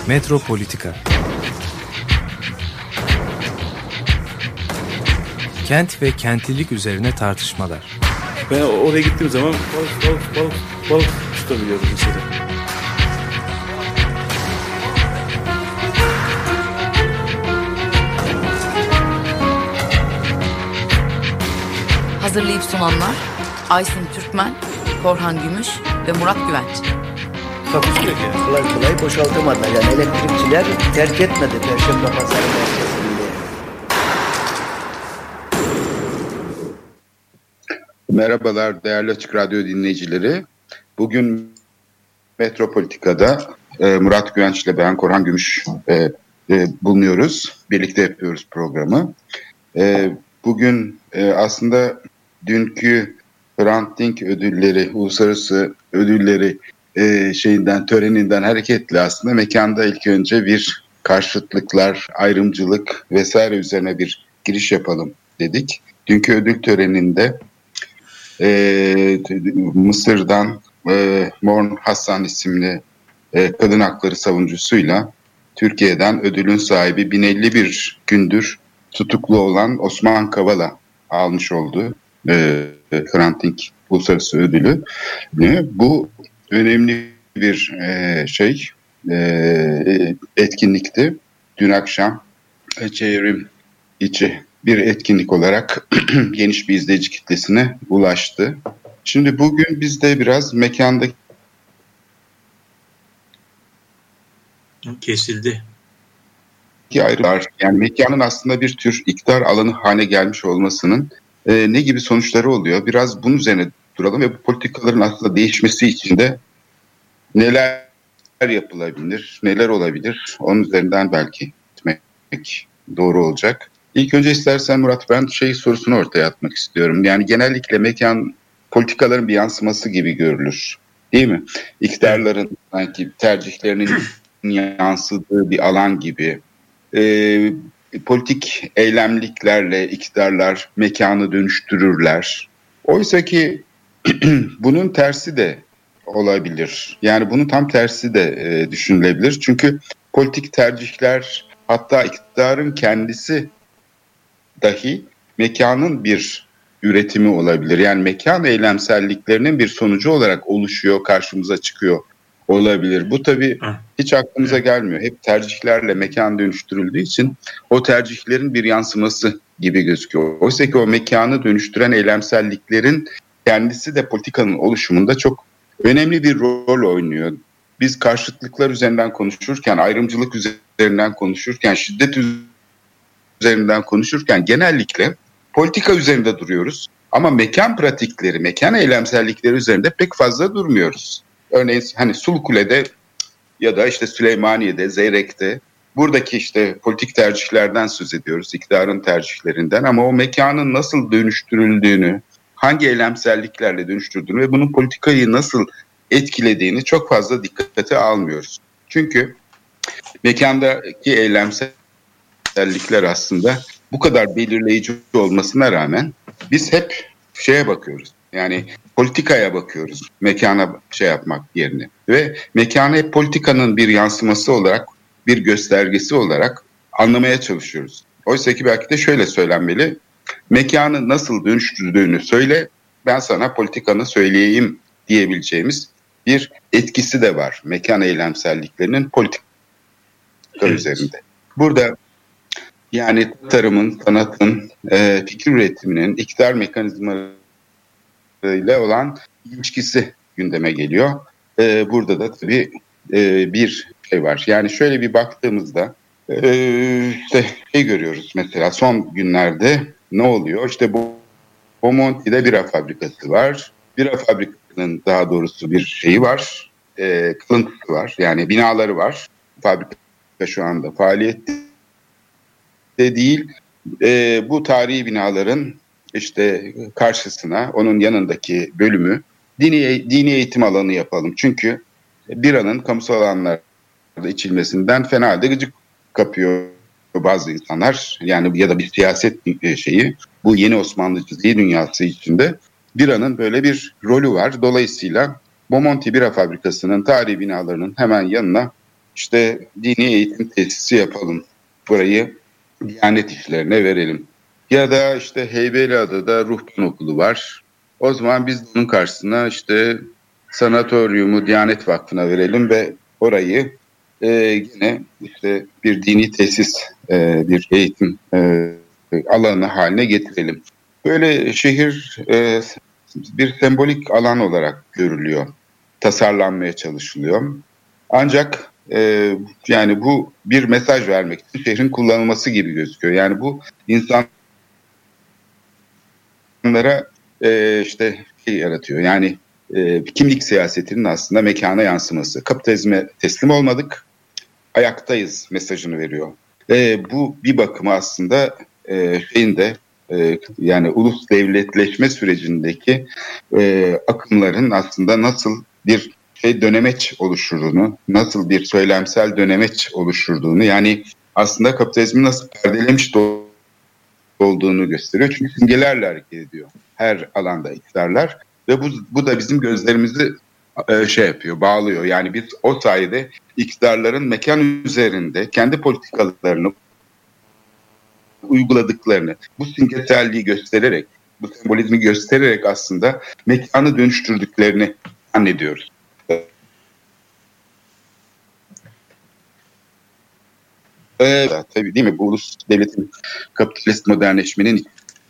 Metropolitika. Kent ve kentlilik üzerine tartışmalar. Ben oraya gittiğim zaman balık tutabiliyorum mesela. Hazırlayıp sunanlar Aysin Türkmen, Korhan Gümüş ve Murat Güvenç. Takusuyor ki. Kolay boşaltamadılar. Yani elektrikçiler terk etmedi Perşembe Pazarı merkezinde. Merhabalar değerli Açık Radyo dinleyicileri. Bugün Metropolitika'da Murat Güvenç ile ben Korhan Gümüş bulunuyoruz. Birlikte yapıyoruz programı. Bugün aslında dünkü Hrant Dink ödülleri, uluslararası ödülleri töreninden hareketle aslında mekanda ilk önce bir karşıtlıklar, ayrımcılık vesaire üzerine bir giriş yapalım dedik. Dünkü ödül töreninde Mısır'dan Morn Hassan isimli kadın hakları savunucusuyla Türkiye'den ödülün sahibi 1051 gündür tutuklu olan Osman Kavala almış oldu Hrant Dink uluslararası ödülü. Bu önemli bir etkinlikti. Dün akşam çevrim içi bir etkinlik olarak geniş bir izleyici kitlesine ulaştı. Şimdi bugün biz de biraz mekandaki kesildi. Ayrılar, yani mekanın aslında bir tür iktidar alanı haline gelmiş olmasının ne gibi sonuçları oluyor? Biraz bunun üzerine duralım ve bu politikaların aslında değişmesi için de neler yapılabilir, neler olabilir? Onun üzerinden belki gitmek doğru olacak. İlk önce istersen Murat ben sorusunu ortaya atmak istiyorum. Yani genellikle mekan politikaların bir yansıması gibi görülür. Değil mi? İktidarların sanki tercihlerinin yansıdığı bir alan gibi. Politik eylemliklerle iktidarlar mekanı dönüştürürler. Oysa ki bunun tersi de olabilir. Yani bunun tam tersi de düşünülebilir. Çünkü politik tercihler hatta iktidarın kendisi dahi mekanın bir üretimi olabilir. Yani mekan eylemselliklerinin bir sonucu olarak oluşuyor, karşımıza çıkıyor olabilir. Bu tabii hiç aklımıza gelmiyor. Hep tercihlerle mekan dönüştürüldüğü için o tercihlerin bir yansıması gibi gözüküyor. Oysa ki o mekanı dönüştüren eylemselliklerin kendisi de politikanın oluşumunda çok önemli bir rol oynuyor. Biz karşıtlıklar üzerinden konuşurken, ayrımcılık üzerinden konuşurken, şiddet üzerinden konuşurken genellikle politika üzerinde duruyoruz. Ama mekan pratikleri, mekan eylemsellikleri üzerinde pek fazla durmuyoruz. Örneğin hani Sulukule'de ya da Süleymaniye'de, Zeyrek'te buradaki politik tercihlerden söz ediyoruz, iktidarın tercihlerinden ama o mekanın nasıl dönüştürüldüğünü, hangi eylemselliklerle dönüştürdüğünü ve bunun politikayı nasıl etkilediğini çok fazla dikkate almıyoruz. Çünkü mekandaki eylemsellikler aslında bu kadar belirleyici olmasına rağmen biz hep bakıyoruz. Yani politikaya bakıyoruz mekana yapmak yerine. Ve mekanı hep politikanın bir yansıması olarak, bir göstergesi olarak anlamaya çalışıyoruz. Oysa ki belki de şöyle söylenmeli. Mekanı nasıl dönüştürdüğünü söyle, ben sana politikanı söyleyeyim diyebileceğimiz bir etkisi de var. Mekan eylemselliklerinin politika üzerinde. Burada yani tarımın, sanatın, fikir üretiminin iktidar mekanizmalarıyla olan ilişkisi gündeme geliyor. Burada da tabii bir var. Yani şöyle bir baktığımızda görüyoruz mesela son günlerde ne oluyor? Bomonti'de bira fabrikası var. Bira fabrikasının daha doğrusu bir var. Kılıntısı var. Yani binaları var. Fabrika şu anda faaliyette değil. Bu tarihi binaların karşısına onun yanındaki bölümü dini eğitim alanı yapalım. Çünkü biranın kamusal alanlarda içilmesinden fena halde gıcık kapıyor bazı insanlar. Yani ya da bir siyaset bu yeni Osmanlıcılığı dünyası içinde biranın böyle bir rolü var. Dolayısıyla Bomonti Bira Fabrikası'nın tarihi binalarının hemen yanına işte dini eğitim tesisi yapalım. Burayı Diyanet İşleri'ne verelim. Ya da işte Heybeliada'da ruhban okulu var. O zaman biz de onun karşısına işte sanatoryumu Diyanet Vakfı'na verelim ve orayı yine işte bir dini tesis, bir eğitim alanı haline getirelim. Böyle şehir bir sembolik alan olarak görülüyor, tasarlanmaya çalışılıyor. Ancak yani bu bir mesaj vermek için şehrin kullanılması gibi gözüküyor. Yani bu insanlara işte şey yaratıyor. Yani kimlik siyasetinin aslında mekana yansıması. Kapitalizme teslim olmadık, ayaktayız mesajını veriyor. Bu bir bakıma aslında şeyin de yani ulus devletleşme sürecindeki akımların aslında nasıl bir dönemeç oluşturduğunu, nasıl bir söylemsel dönemeç oluşturduğunu, yani aslında kapitalizmi nasıl perdelemiş olduğunu gösteriyor. Çünkü simgelerle hareket ediyor her alanda iktidarlar ve bu da bizim gözlerimizi şey yapıyor, bağlıyor. Yani biz o sayede iktidarların mekan üzerinde kendi politikalarını uyguladıklarını, bu simgeselliği göstererek, bu sembolizmi göstererek aslında mekanı dönüştürdüklerini zannediyoruz. Tabii değil mi? Bu ulus devletin kapitalist modernleşmenin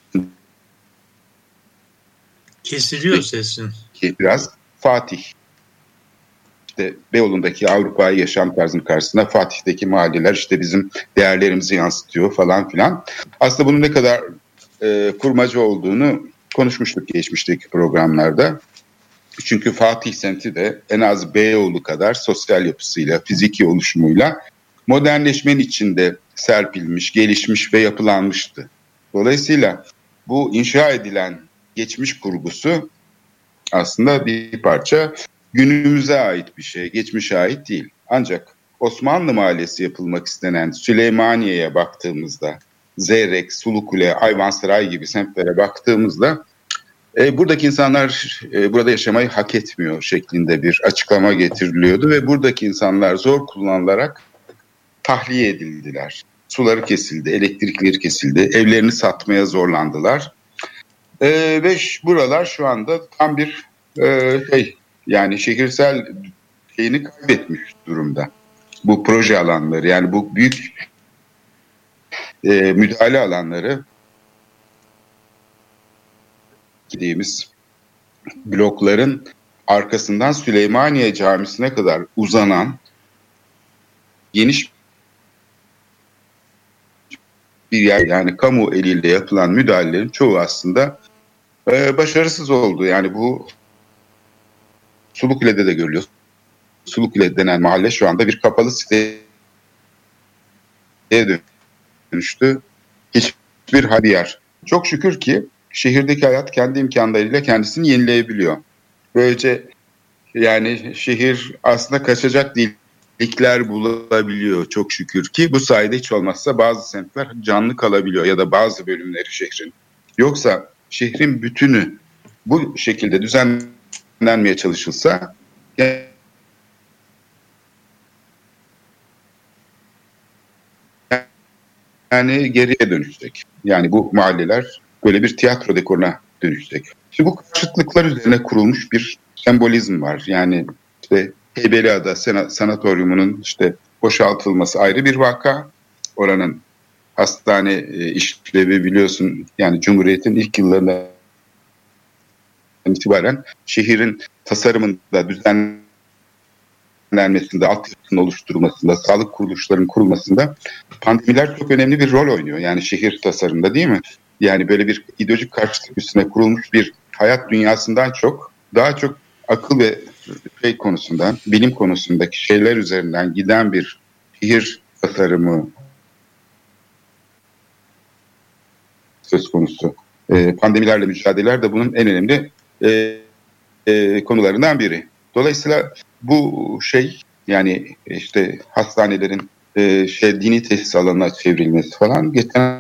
kesiliyor sesin. Biraz Fatih. İşte Beyoğlu'ndaki Avrupa'yı yaşam tarzının karşısında Fatih'teki mahalleler işte bizim değerlerimizi yansıtıyor falan filan. Aslında bunun ne kadar kurmaca olduğunu konuşmuştuk geçmişteki programlarda. Çünkü Fatih semti de en az Beyoğlu kadar sosyal yapısıyla, fiziki oluşumuyla modernleşmenin içinde serpilmiş, gelişmiş ve yapılanmıştı. Dolayısıyla bu inşa edilen geçmiş kurgusu aslında bir parça günümüze ait bir şey, geçmişe ait değil. Ancak Osmanlı Mahallesi yapılmak istenen Süleymaniye'ye baktığımızda, Zeyrek, Sulukule, Ayvansaray gibi semtlere baktığımızda buradaki insanlar burada yaşamayı hak etmiyor şeklinde bir açıklama getiriliyordu ve buradaki insanlar zor kullanılarak tahliye edildiler. Suları kesildi, elektrikleri kesildi, evlerini satmaya zorlandılar. Ve buralar şu anda tam bir yani şehirsel şeyini kaybetmiş durumda. Bu proje alanları, yani bu büyük müdahale alanları dediğimiz blokların arkasından Süleymaniye Camisi'ne kadar uzanan geniş bir yer, yani kamu eliyle yapılan müdahalelerin çoğu aslında başarısız oldu. Yani bu Sulukule'de de görülüyor. Sulukule denen mahalle şu anda bir kapalı siteye dönüştü. Hiçbir yer. Çok şükür ki şehirdeki hayat kendi imkanlarıyla kendisini yenileyebiliyor. Böylece yani şehir aslında kaçacak delikler bulabiliyor çok şükür ki. Bu sayede hiç olmazsa bazı semtler canlı kalabiliyor ya da bazı bölümleri şehrin. Yoksa şehrin bütünü bu şekilde düzenlenmeye çalışılsa yani geriye dönüşecek. Yani bu mahalleler böyle bir tiyatro dekoruna dönüşecek. Şimdi bu karşıtlıklar üzerine kurulmuş bir sembolizm var. Yani işte Heybeliada Sanatoryumu'nun işte boşaltılması ayrı bir vaka. Oranın hastane işlevi biliyorsun, yani Cumhuriyet'in ilk yıllarından itibaren şehrin tasarımında, düzenlenmesinde, altyapısının oluşturulmasında, sağlık kuruluşlarının kurulmasında pandemiler çok önemli bir rol oynuyor. Yani şehir tasarımında, değil mi? Yani böyle bir ideolojik karşıtlık üstüne kurulmuş bir hayat dünyasından çok, daha çok akıl ve konusundan, bilim konusundaki şeyler üzerinden giden bir şehir tasarımı söz konusu. Pandemilerle mücadeleler de bunun en önemli konularından biri. Dolayısıyla bu yani işte hastanelerin dini tesis alanına çevrilmesi falan geçen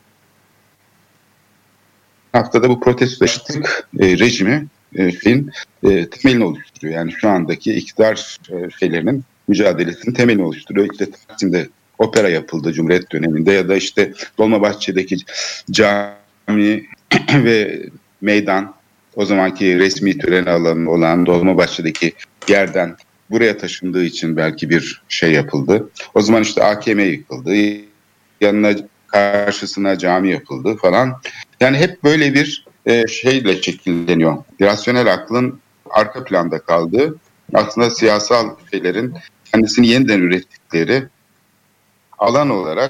haftada bu protestolaştık rejimi temelini oluşturuyor. Yani şu andaki iktidar şeylerinin mücadelesinin temelini oluşturuyor. İşte Taksim'de opera yapıldı Cumhuriyet döneminde ya da işte Dolmabahçe'deki cami ve meydan, o zamanki resmi tören alanı olan Dolmabahçe'deki yerden buraya taşındığı için belki bir şey yapıldı. O zaman işte AKM yıkıldı. Yanına karşısına cami yapıldı falan. Yani hep böyle bir şeyle şekilleniyor. Rasyonel aklın arka planda kaldığı, aslında siyasal şeylerin kendisini yeniden ürettikleri alan olarak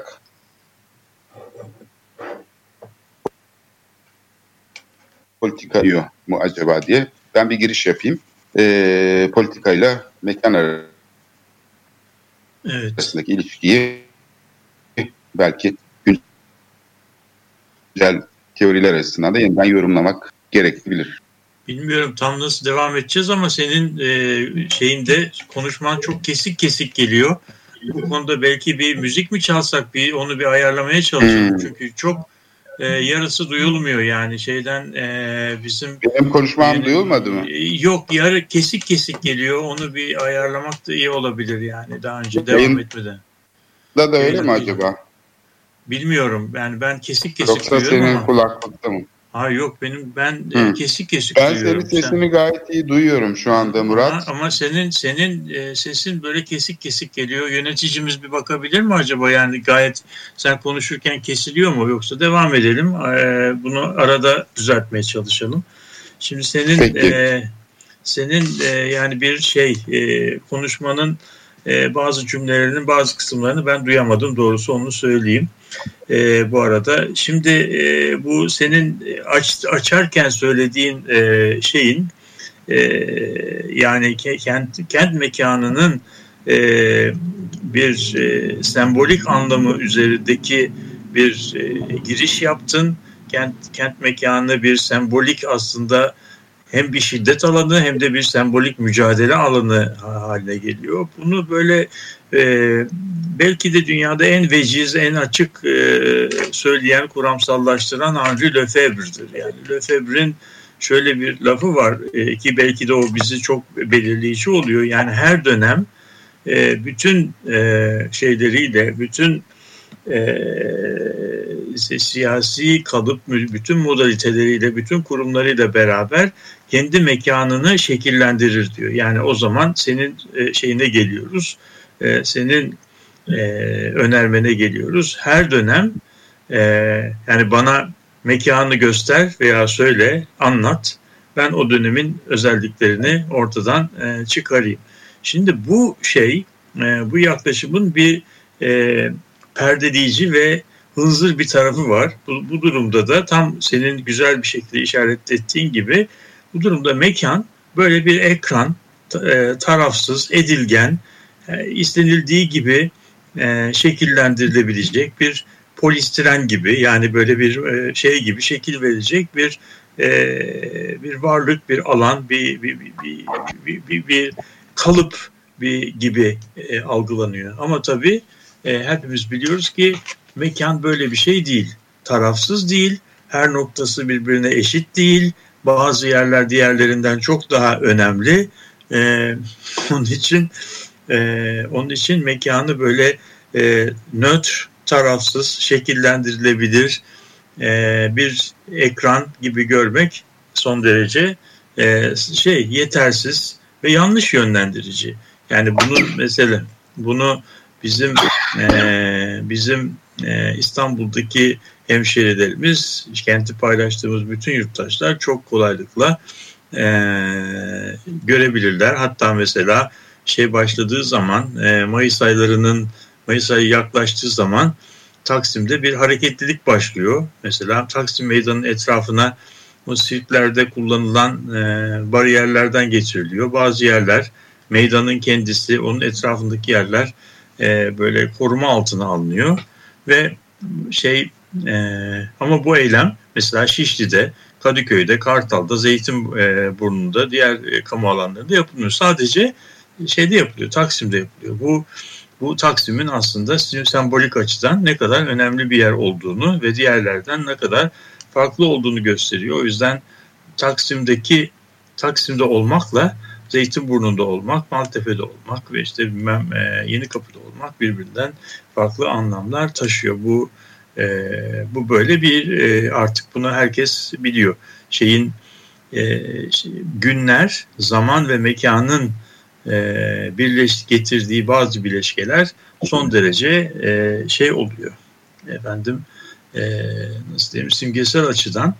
politika diyor mu acaba diye ben bir giriş yapayım. Politikayla mekan arasındaki ilişkiyi belki güncel teoriler açısından da yeniden yorumlamak gerekebilir. Bilmiyorum tam nasıl devam edeceğiz ama senin şeyinde konuşman çok kesik kesik geliyor. Bu konuda belki bir müzik mi çalsak, onu bir ayarlamaya çalışalım. Çünkü çok yarısı duyulmuyor yani şeyden bizim... Benim konuşmam duyulmadı mı? Yok, yarı kesik kesik geliyor. Onu bir ayarlamak da iyi olabilir yani daha önce devam etmeden. Da öyle mi acaba? Bilmiyorum yani ben kesik kesik yoksa duyuyorum senin ama. Kulaklıkta mı? Hayır yok ben kesik kesik ben duyuyorum. Ben senin sesini gayet iyi duyuyorum şu anda Murat. Ama senin sesin böyle kesik kesik geliyor. Yöneticimiz bir bakabilir mi acaba? Yani gayet sen konuşurken kesiliyor mu? Yoksa devam edelim. Bunu arada düzeltmeye çalışalım. Şimdi senin yani bir konuşmanın bazı cümlelerinin bazı kısımlarını ben duyamadım. Doğrusu onu söyleyeyim. Bu arada şimdi bu senin açarken söylediğin şeyin yani kent mekanının bir sembolik anlamı üzerindeki bir giriş yaptın. Kent mekanı bir sembolik aslında hem bir şiddet alanı hem de bir sembolik mücadele alanı haline geliyor. Bunu böyle belki de dünyada en veciz, en açık söyleyen, kuramsallaştıran Henri Lefebvre'dir. Yani Lefebvre'nin şöyle bir lafı var ki belki de o bizi çok belirleyici oluyor. Yani her dönem bütün şeyleriyle, bütün siyasi kalıp, bütün modaliteleriyle, bütün kurumlarıyla beraber kendi mekanını şekillendirir diyor. Yani o zaman senin şeyine geliyoruz, senin önermene geliyoruz. Her dönem yani bana mekanı göster veya söyle, anlat. Ben o dönemin özelliklerini ortadan çıkarayım. Şimdi bu bu yaklaşımın bir perdeleyici ve hınzır bir tarafı var. Bu durumda da tam senin güzel bir şekilde işaret ettiğin gibi bu durumda mekan böyle bir ekran, tarafsız, edilgen, istenildiği gibi şekillendirilebilecek bir polistiren gibi, yani böyle bir gibi şekil verecek bir varlık, bir alan, bir kalıp gibi algılanıyor. Ama tabii hepimiz biliyoruz ki mekan böyle bir şey değil. Tarafsız değil. Her noktası birbirine eşit değil. Bazı yerler diğerlerinden çok daha önemli. Onun için mekanı böyle nötr, tarafsız, şekillendirilebilir bir ekran gibi görmek son derece yetersiz ve yanlış yönlendirici. Yani bunu bizim İstanbul'daki hemşerilerimiz, kenti paylaştığımız bütün yurttaşlar çok kolaylıkla görebilirler. Hatta mesela başladığı zaman Mayıs ayı yaklaştığı zaman Taksim'de bir hareketlilik başlıyor. Mesela Taksim Meydanı'nın etrafına o sirklerde kullanılan bariyerlerden geçiriliyor. Bazı yerler, meydanın kendisi, onun etrafındaki yerler böyle koruma altına alınıyor ve ama bu eylem mesela Şişli'de, Kadıköy'de, Kartal'da, Zeytinburnu'nda, diğer kamu alanlarında yapılmıyor. Sadece yapılıyor, Taksim'de yapılıyor. Bu Taksim'in aslında sembolik açıdan ne kadar önemli bir yer olduğunu ve diğerlerden ne kadar farklı olduğunu gösteriyor. O yüzden Taksim'de olmakla Zeytinburnu'nda olmak, Maltepe'de olmak ve işte Yenikapı'da olmak birbirinden farklı anlamlar taşıyor. Bu böyle bir artık bunu herkes biliyor. Günler, zaman ve mekanın getirdiği bazı bileşkeler son derece oluyor. Nasıl diyeyim, simgesel açıdan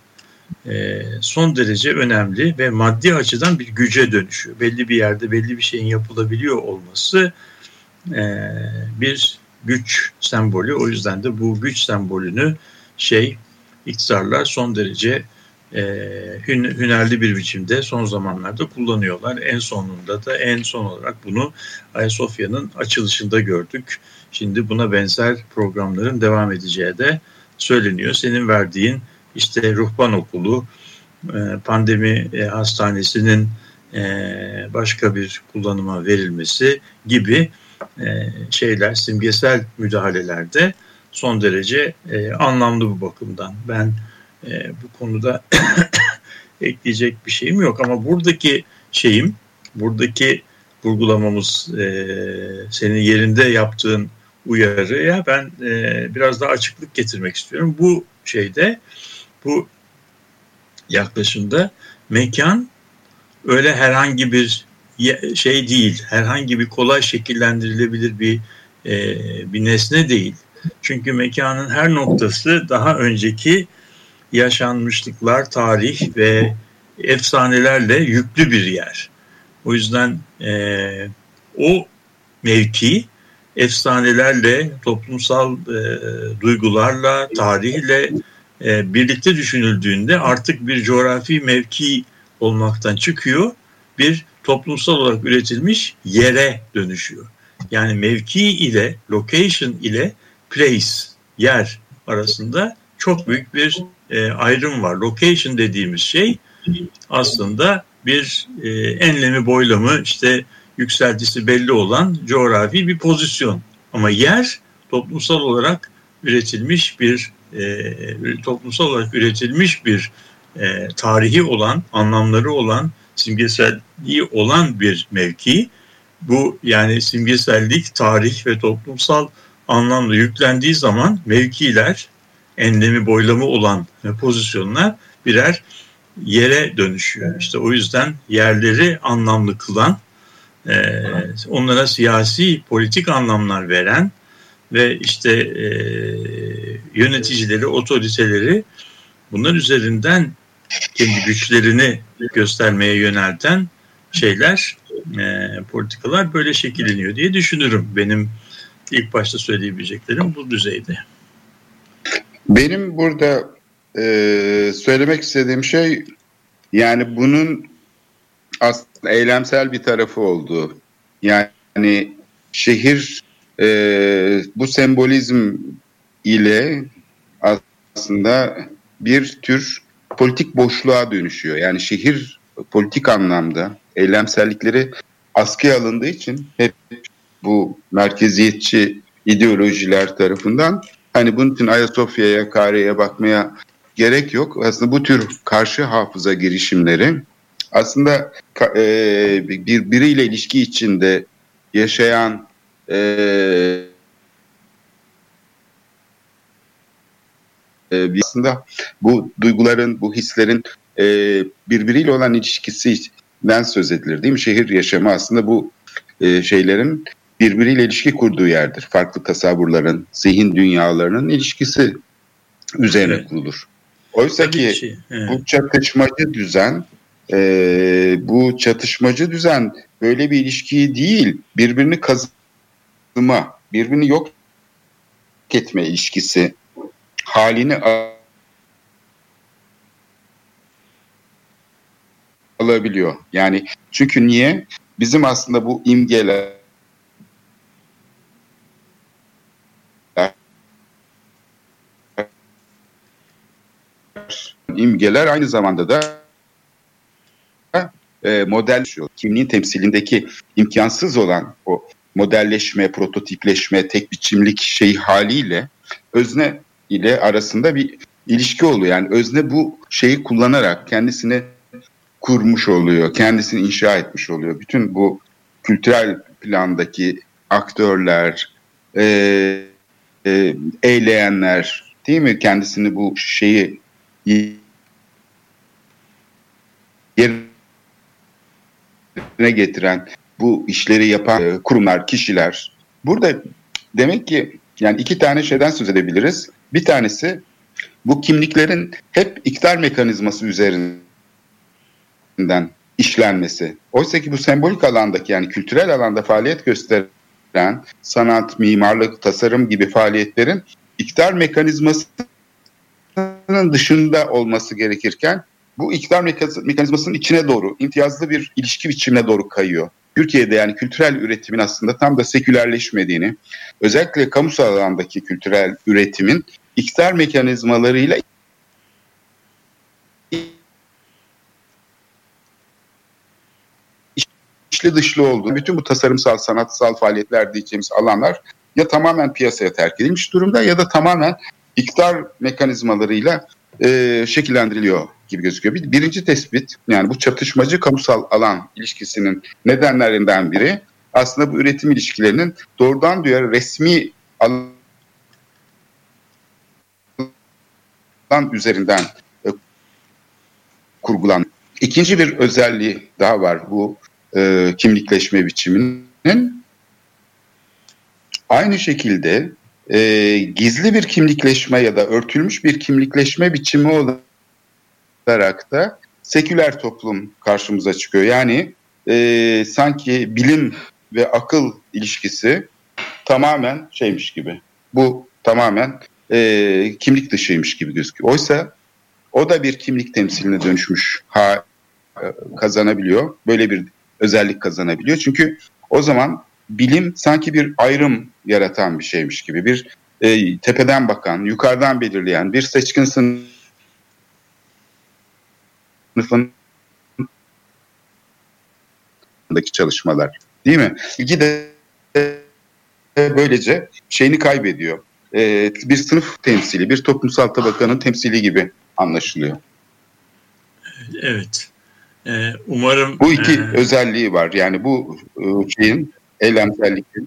son derece önemli ve maddi açıdan bir güce dönüşüyor. Belli bir yerde belli bir şeyin yapılabiliyor olması bir güç sembolü. O yüzden de bu güç sembolünü iktidarlar son derece hünerli bir biçimde son zamanlarda kullanıyorlar. En son olarak bunu Ayasofya'nın açılışında gördük. Şimdi buna benzer programların devam edeceği de söyleniyor. Senin verdiğin işte ruhban okulu, pandemi hastanesinin başka bir kullanıma verilmesi gibi simgesel müdahalelerde son derece anlamlı bu bakımdan. Ben bu konuda ekleyecek bir şeyim yok ama buradaki vurgulamamız, senin yerinde yaptığın uyarıya ben biraz daha açıklık getirmek istiyorum. Bu yaklaşımda mekan öyle herhangi bir değil, herhangi bir kolay şekillendirilebilir bir nesne değil. Çünkü mekanın her noktası daha önceki yaşanmışlıklar, tarih ve efsanelerle yüklü bir yer. O yüzden o mevki efsanelerle, toplumsal duygularla, tarihle birlikte düşünüldüğünde artık bir coğrafi mevki olmaktan çıkıyor, bir toplumsal olarak üretilmiş yere dönüşüyor. Yani mevki ile, location ile place, yer arasında çok büyük bir ayrım var. Location dediğimiz şey aslında bir enlemi boylamı, yükseltisi belli olan coğrafi bir pozisyon. Ama yer toplumsal olarak üretilmiş bir tarihi olan, anlamları olan, simgeselliği olan bir mevki. Bu yani simgesellik, tarih ve toplumsal anlamda yüklendiği zaman mevkiler, enlemi boylamı olan pozisyonlar birer yere dönüşüyor. İşte o yüzden yerleri anlamlı kılan, onlara siyasi, politik anlamlar veren ve yöneticileri, otoriteleri bunlar üzerinden kendi güçlerini göstermeye yönelten politikalar böyle şekilleniyor diye düşünürüm. Benim ilk başta söyleyebileceklerim bu düzeyde. Benim burada söylemek istediğim şey, yani bunun aslında eylemsel bir tarafı olduğu. Yani şehir bu sembolizm ile aslında bir tür politik boşluğa dönüşüyor. Yani şehir politik anlamda eylemsellikleri askıya alındığı için hep bu merkeziyetçi ideolojiler tarafından, hani bunun için Ayasofya'ya, Kahire'ye bakmaya gerek yok. Aslında bu tür karşı hafıza girişimleri aslında birbiriyle ilişki içinde yaşayan aslında bu duyguların, bu hislerin birbiriyle olan ilişkisinden söz edilir, değil mi? Şehir yaşamı aslında bu şeylerin birbiriyle ilişki kurduğu yerdir. Farklı tasavvurların, zihin dünyalarının ilişkisi üzerine kurulur. Oysa ki bu çatışmacı düzen böyle bir ilişkiyi değil, birbirini kazıma, birbirini yok etme ilişkisi halini alabiliyor. Yani çünkü niye? Bizim aslında bu imgeler aynı zamanda da model, kimliğin temsilindeki imkansız olan o modelleşme, prototipleşme, tek biçimlik haliyle özne ile arasında bir ilişki oluyor. Yani özne bu şeyi kullanarak, kendisini kurmuş oluyor, kendisini inşa etmiş oluyor. Bütün bu kültürel plandaki aktörler, eyleyenler, değil mi? Kendisini bu şeyi yerine getiren, bu işleri yapan kurumlar, kişiler. Burada demek ki yani iki tane şeyden söz edebiliriz. Bir tanesi bu kimliklerin hep iktidar mekanizması üzerinden işlenmesi. Oysa ki bu sembolik alandaki, yani kültürel alanda faaliyet gösteren sanat, mimarlık, tasarım gibi faaliyetlerin iktidar mekanizmasının dışında olması gerekirken bu iktidar mekanizmasının içine doğru, imtiyazlı bir ilişki biçimine doğru kayıyor. Türkiye'de yani kültürel üretimin aslında tam da sekülerleşmediğini, özellikle kamusal alandaki kültürel üretimin iktidar mekanizmalarıyla içli dışlı olduğu, bütün bu tasarımsal, sanatsal faaliyetler diyeceğimiz alanlar ya tamamen piyasaya terk edilmiş durumda ya da tamamen iktidar mekanizmalarıyla şekillendiriliyor gibi gözüküyor. Birinci tespit, yani bu çatışmacı kamusal alan ilişkisinin nedenlerinden biri aslında bu üretim ilişkilerinin doğrudan doğruya resmi alan üzerinden kurgulan. İkinci bir özelliği daha var bu kimlikleşme biçiminin. Aynı şekilde gizli bir kimlikleşme ya da örtülmüş bir kimlikleşme biçimi olarak da seküler toplum karşımıza çıkıyor. Yani sanki bilim ve akıl ilişkisi tamamen şeymiş gibi. Bu tamamen kimlik dışıymış gibi gözüküyor. Oysa o da bir kimlik temsiline dönüşmüş kazanabiliyor. Böyle bir özellik kazanabiliyor. Çünkü o zaman bilim sanki bir ayrım yaratan bir şeymiş gibi. Bir tepeden bakan, yukarıdan belirleyen bir seçkin sınıfındaki çalışmalar. Değil mi? İlgi de böylece şeyini kaybediyor. Bir sınıf temsili, bir toplumsal tabakanın temsili gibi anlaşılıyor. Evet. Umarım... Bu iki özelliği var. Yani bu şeyin, eylemselliklerin.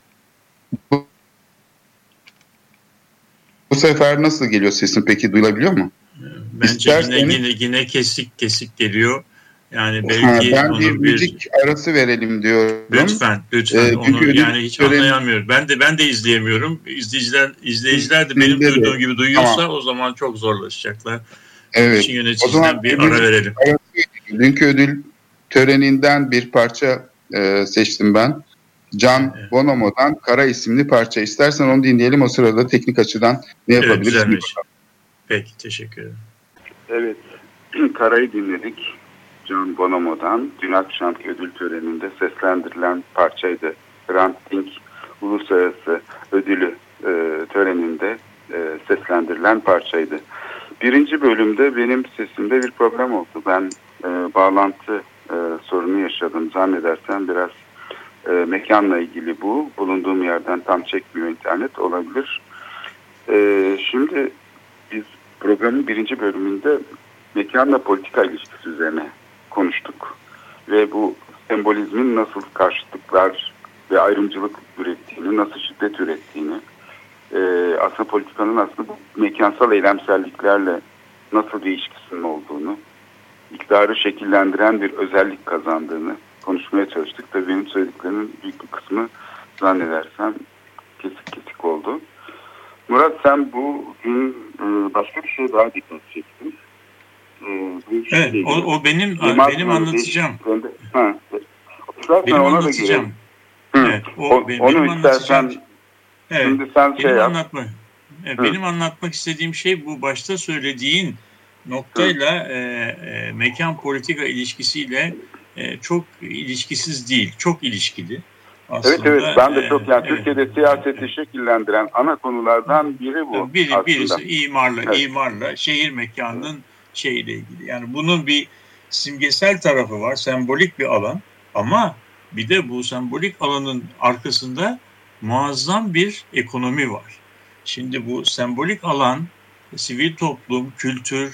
Bu sefer nasıl geliyor sesin, peki duyulabiliyor mu? Bence yine kesik geliyor. Yani belki ben bir müzik arası verelim diyorum. Lütfen. Onu yani hiç anlayamıyorum. Ben de izleyemiyorum. İzleyiciler de benim duyduğum gibi duyuyorsa tamam, o zaman çok zorlaşacaklar. Evet. İşin yöneticisinden bir ara verelim. Dünkü ödül töreninden bir parça seçtim ben. Can Bonomo'dan Kara isimli parça. İstersen onu dinleyelim. O sırada teknik açıdan ne yapabiliriz? Evet, peki, teşekkür ederim. Evet, Kara'yı dinledik. Can Bonomo'dan dün akşamki ödül töreninde seslendirilen parçaydı. Hrant Dink Uluslararası Ödülü töreninde seslendirilen parçaydı. Birinci bölümde benim sesimde bir problem oldu. Ben bağlantı sorunu yaşadım. Zannedersem biraz mekanla ilgili bu. Bulunduğum yerden tam çekmiyor internet, olabilir. Şimdi biz programın birinci bölümünde mekanla politika ilişkisi üzerine konuştuk. Ve bu sembolizmin nasıl karşıtlıklar ve ayrımcılık ürettiğini, nasıl şiddet ürettiğini, aslında politikanın aslında bu mekansal eylemselliklerle nasıl bir ilişkisinin olduğunu, iktidarı şekillendiren bir özellik kazandığını konuşmaya çalıştık. Tabii benim söylediklerimin büyük bir kısmı zannedersem kesik oldu. Murat, sen bugün başka bir şey daha dikkat çektin. Evet, o benim anlatacağım. Benim anlatacağım. Evet, onu istersen şimdi sen benim anlatmak istediğim şey bu başta söylediğin noktayla mekan politika ilişkisiyle çok ilişkisiz değil, çok ilişkili. Aslında, evet, ben de çok, yani Türkiye'de siyaseti şekillendiren ana konulardan biri bu. Birisi imarla şehir mekanının şeyle ilgili. Yani bunun bir simgesel tarafı var, sembolik bir alan, ama bir de bu sembolik alanın arkasında muazzam bir ekonomi var. Şimdi bu sembolik alan, sivil toplum, kültür,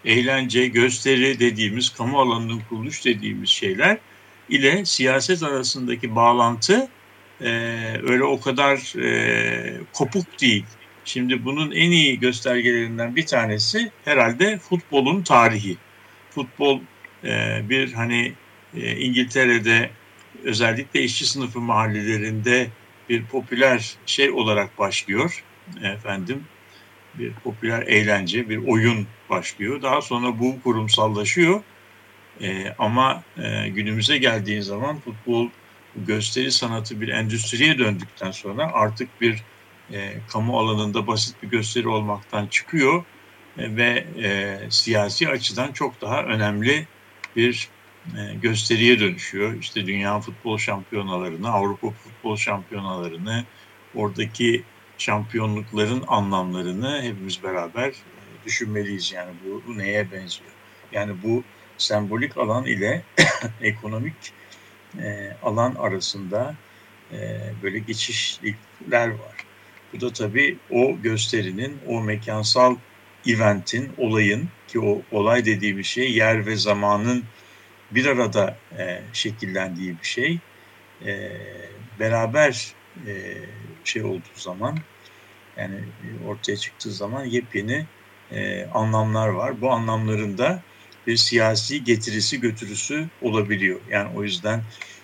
eğlence, gösteri dediğimiz, kamu alanının kuruluş dediğimiz şeyler ile siyaset arasındaki bağlantı öyle o kadar kopuk değil. Şimdi bunun en iyi göstergelerinden bir tanesi herhalde futbolun tarihi. Futbol bir hani İngiltere'de özellikle işçi sınıfı mahallelerinde bir popüler şey olarak başlıyor efendim. Bir popüler eğlence, bir oyun başlıyor. Daha sonra bu kurumsallaşıyor. Ama günümüze geldiğin zaman futbol gösteri sanatı bir endüstriye döndükten sonra artık bir kamu alanında basit bir gösteri olmaktan çıkıyor ve siyasi açıdan çok daha önemli bir gösteriye dönüşüyor. İşte dünya futbol şampiyonalarını, Avrupa futbol şampiyonalarını, oradaki şampiyonlukların anlamlarını hepimiz beraber düşünmeliyiz. Yani bu neye benziyor? Yani bu sembolik alan ile ekonomik alan arasında böyle geçişlikler var. Bu da tabii o gösterinin, o mekansal eventin, olayın, ki o olay dediğimiz şey yer ve zamanın bir arada şekillendiği bir şey. Beraber şey olduğu zaman, yani ortaya çıktığı zaman yepyeni anlamlar var. Bu anlamların da bir siyasi getirisi götürüsü olabiliyor. Yani o yüzden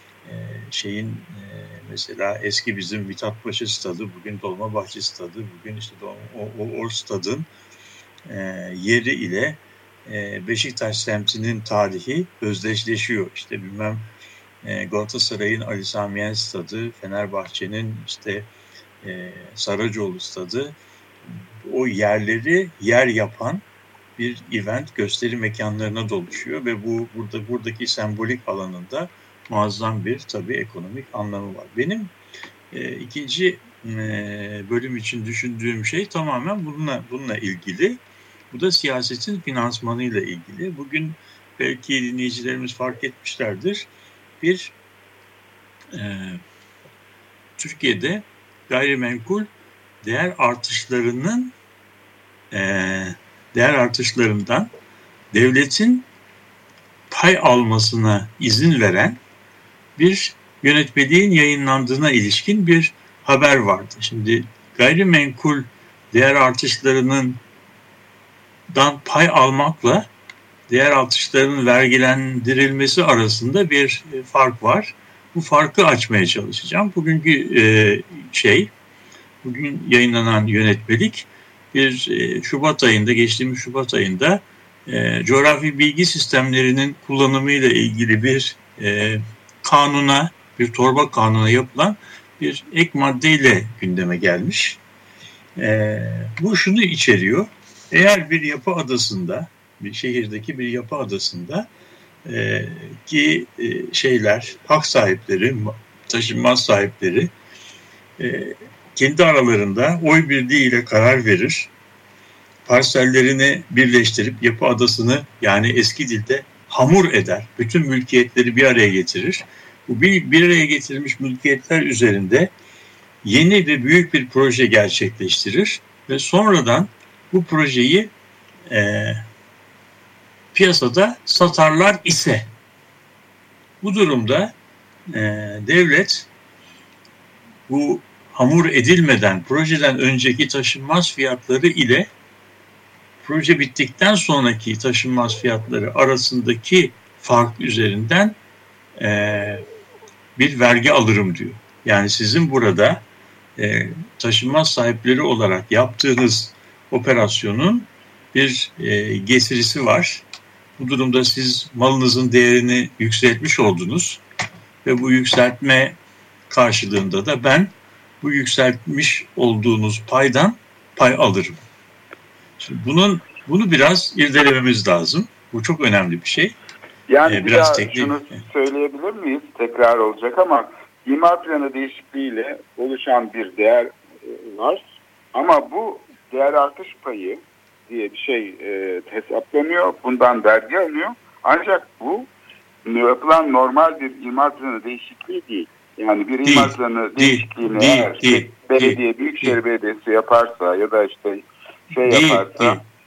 mesela eski bizim Mithatpaşa Stadı, bugün Dolmabahçe Stadı, bugün işte o stadın yeri ile Beşiktaş semtinin tarihi özdeşleşiyor. İşte bilmem Galatasaray'ın Ali Sami Yen Stadı, Fenerbahçe'nin işte Saracoğlu Stadı, o yerleri yer yapan bir event, gösteri mekanlarına doluşuyor ve buradaki sembolik alanında muazzam bir tabii ekonomik anlamı var. Benim ikinci bölüm için düşündüğüm şey tamamen bununla ilgili. Bu da siyasetin finansmanıyla ilgili. Bugün belki dinleyicilerimiz fark etmişlerdir. Türkiye'de gayrimenkul değer artışlarından devletin pay almasına izin veren bir yönetmeliğin yayınlandığına ilişkin bir haber vardı. Şimdi gayrimenkul değer artışlarından pay almakla değer artışlarının vergilendirilmesi arasında bir fark var. Bu farkı açmaya çalışacağım. Bugün yayınlanan yönetmelik geçtiğimiz Şubat ayında coğrafi bilgi sistemlerinin kullanımıyla ilgili bir torba kanuna yapılan bir ek maddeyle gündeme gelmiş. Bu şunu içeriyor. Eğer bir yapı adasında, bir şehirdeki bir yapı adasında hak sahipleri, taşınmaz sahipleri kendi aralarında oy birliğiyle karar verir. Parsellerini birleştirip yapı adasını, yani eski dilde hamur eder. Bütün mülkiyetleri bir araya getirir. Bu bir araya getirilmiş mülkiyetler üzerinde yeni ve büyük bir proje gerçekleştirir ve sonradan bu projeyi piyasada satarlar ise, bu durumda devlet bu hamur edilmeden projeden önceki taşınmaz fiyatları ile proje bittikten sonraki taşınmaz fiyatları arasındaki fark üzerinden bir vergi alırım diyor. Yani sizin burada taşınmaz sahipleri olarak yaptığınız operasyonun bir getirisi var. Bu durumda siz malınızın değerini yükseltmiş oldunuz ve bu yükseltme karşılığında da ben bu yükseltmiş olduğunuz paydan pay alırım. Şimdi bunu biraz irdelememiz lazım. Bu çok önemli bir şey. Yani biraz şunu söyleyebilir miyiz? Tekrar olacak ama imar planı değişikliğiyle oluşan bir değer var. Ama bu değer artış payı diye bir şey hesaplanıyor. Bundan vergi alınıyor. Ancak bu yapılan normal bir imar planı değişikliği değil. Yani bir imar planı değişikliğini eğer belediye, Büyükşehir Belediyesi yaparsa ya da işte yaparsa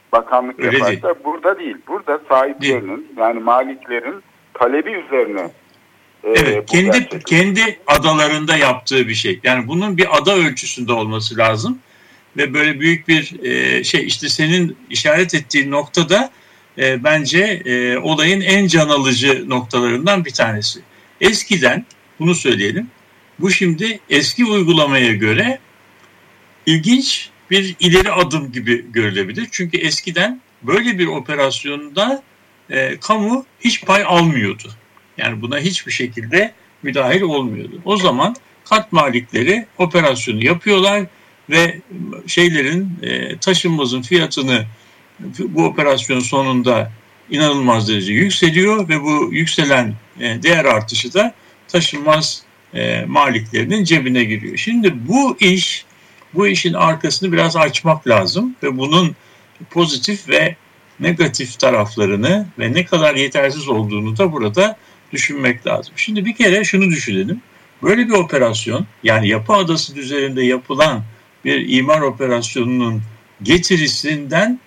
bakanlık Öyle yaparsa değil. burada değil. Burada sahiplerinin yani maliklerin talebi üzerine evet, kendi adalarında yaptığı bir şey. Yani bunun bir ada ölçüsünde olması lazım. Ve böyle büyük bir işte senin işaret ettiğin noktada bence olayın en can alıcı noktalarından bir tanesi. Eskiden bunu söyleyelim. Bu şimdi eski uygulamaya göre ilginç bir ileri adım gibi görülebilir. Çünkü eskiden böyle bir operasyonda kamu hiç pay almıyordu. Yani buna hiçbir şekilde müdahil olmuyordu. O zaman kat malikleri operasyonu yapıyorlar ve taşınmazın fiyatını bu operasyon sonunda inanılmaz derece yükseliyor ve bu yükselen değer artışı da taşınmaz maliklerinin cebine giriyor. Şimdi bu işin arkasını biraz açmak lazım ve bunun pozitif ve negatif taraflarını ve ne kadar yetersiz olduğunu da burada düşünmek lazım. Şimdi bir kere şunu düşünelim. Böyle bir operasyon, yani Yapı Adası üzerinde yapılan bir imar operasyonunun getirisinden